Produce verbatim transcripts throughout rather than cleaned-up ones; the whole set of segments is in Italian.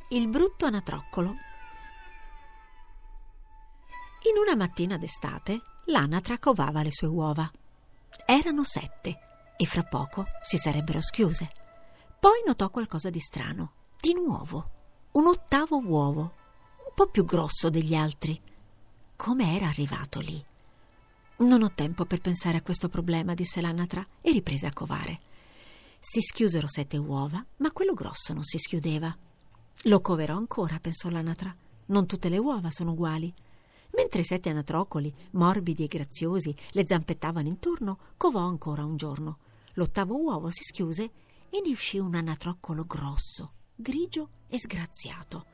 Il brutto anatroccolo. In una mattina d'estate l'anatra covava le sue uova. Erano sette e fra poco si sarebbero schiuse. Poi notò qualcosa di strano. Di nuovo, un ottavo uovo, un po' più grosso degli altri. Come era arrivato lì? Non ho tempo per pensare a questo problema, disse l'anatra e riprese a covare. Si schiusero sette uova, ma quello grosso non si schiudeva. Lo coverò ancora, pensò l'anatra. Non tutte le uova sono uguali. Mentre i sette anatroccoli, morbidi e graziosi, le zampettavano intorno, covò ancora un giorno. L'ottavo uovo si schiuse e ne uscì un anatroccolo grosso, grigio e sgraziato.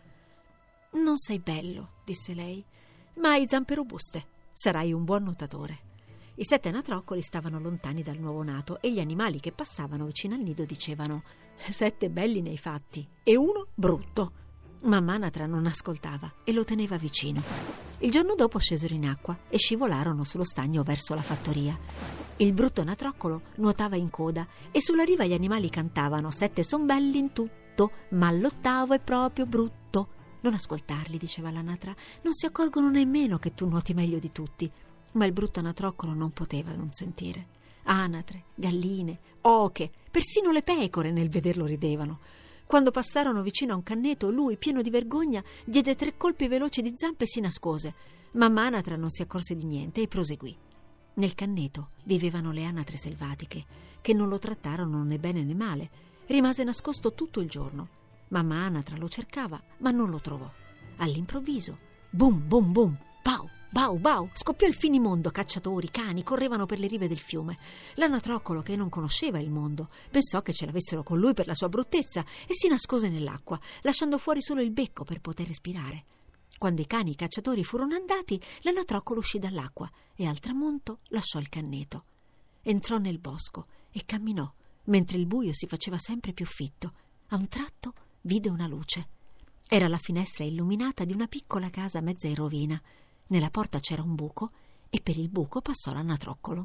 «Non sei bello», disse lei, «ma hai zampe robuste. Sarai un buon nuotatore». I sette anatroccoli stavano lontani dal nuovo nato e gli animali che passavano vicino al nido dicevano: «Sette belli ne hai fatti e uno brutto». Mamma anatra non ascoltava e lo teneva vicino. Il giorno dopo scesero in acqua e scivolarono sullo stagno verso la fattoria. Il brutto anatroccolo nuotava in coda e sulla riva gli animali cantavano: «Sette son belli in tutto, ma l'ottavo è proprio brutto». «Non ascoltarli», diceva l'anatra, «non si accorgono nemmeno che tu nuoti meglio di tutti». Ma il brutto anatroccolo non poteva non sentire. Anatre, galline, oche, persino le pecore nel vederlo ridevano. Quando passarono vicino a un canneto, lui, pieno di vergogna, diede tre colpi veloci di zampe e si nascose. Mamma anatra non si accorse di niente e proseguì. Nel canneto vivevano le anatre selvatiche, che non lo trattarono né bene né male. Rimase nascosto tutto il giorno. Mamma anatra lo cercava, ma non lo trovò. All'improvviso, bum bum bum, pau, bau bau, scoppiò il finimondo. Cacciatori, cani correvano per le rive del fiume. L'anatroccolo, che non conosceva il mondo, pensò che ce l'avessero con lui per la sua bruttezza e si nascose nell'acqua, lasciando fuori solo il becco per poter respirare. Quando i cani e i cacciatori furono andati, l'anatroccolo uscì dall'acqua e al tramonto lasciò il canneto. Entrò nel bosco e camminò, mentre il buio si faceva sempre più fitto. A un tratto vide una luce. Era la finestra illuminata di una piccola casa mezza in rovina. Nella porta c'era un buco e per il buco passò l'anatroccolo.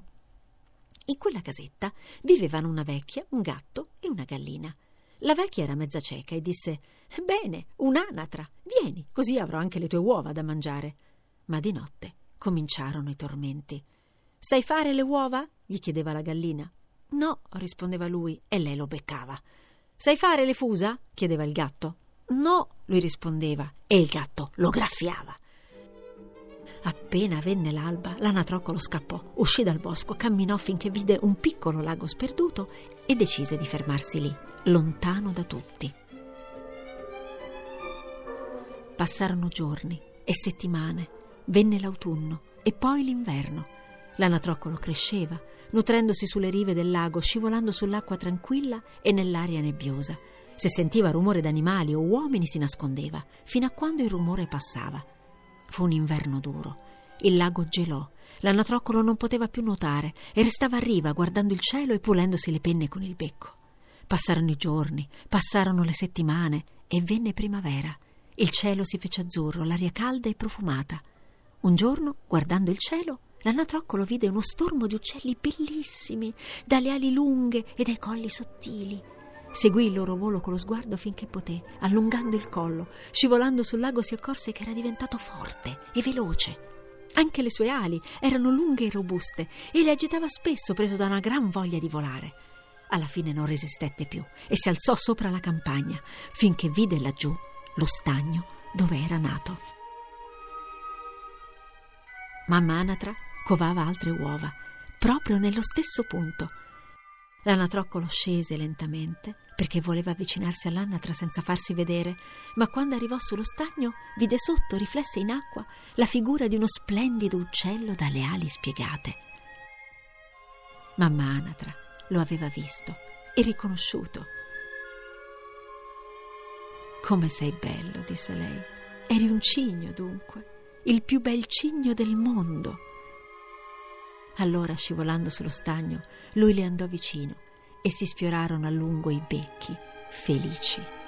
In quella casetta vivevano una vecchia, un gatto e una gallina. La vecchia era mezza cieca e disse: «Bene, un'anatra, vieni, così avrò anche le tue uova da mangiare». Ma di notte cominciarono i tormenti. «Sai fare le uova?» gli chiedeva la gallina. «No», rispondeva lui, e lei lo beccava. «Sai fare le fusa?» chiedeva il gatto. «No», lui rispondeva, e il gatto lo graffiava. Appena venne l'alba, l'anatroccolo scappò, uscì dal bosco, camminò finché vide un piccolo lago sperduto e decise di fermarsi lì, lontano da tutti. Passarono giorni e settimane, venne l'autunno e poi l'inverno. L'anatroccolo cresceva, nutrendosi sulle rive del lago, scivolando sull'acqua tranquilla e nell'aria nebbiosa. Se sentiva rumore d'animali o uomini si nascondeva, fino a quando il rumore passava. Fu un inverno duro. Il lago gelò. L'anatroccolo non poteva più nuotare e restava a riva guardando il cielo e pulendosi le penne con il becco. Passarono i giorni, passarono le settimane e venne primavera. Il cielo si fece azzurro, l'aria calda e profumata. Un giorno, guardando il cielo, l'anatroccolo vide uno stormo di uccelli bellissimi, dalle ali lunghe e dai colli sottili. Seguì il loro volo con lo sguardo finché poté, allungando il collo. Scivolando sul lago si accorse che era diventato forte e veloce. Anche le sue ali erano lunghe e robuste e le agitava spesso, preso da una gran voglia di volare. Alla fine non resistette più e si alzò sopra la campagna finché vide laggiù lo stagno dove era nato. Mamma anatra covava altre uova, proprio nello stesso punto. L'anatroccolo scese lentamente perché voleva avvicinarsi all'anatra senza farsi vedere, ma quando arrivò sullo stagno vide sotto, riflessa in acqua, la figura di uno splendido uccello dalle ali spiegate. Mamma anatra lo aveva visto e riconosciuto. «Come sei bello», disse lei. «Eri un cigno, dunque, il più bel cigno del mondo». Allora, scivolando sullo stagno, lui le andò vicino e si sfiorarono a lungo i becchi, felici.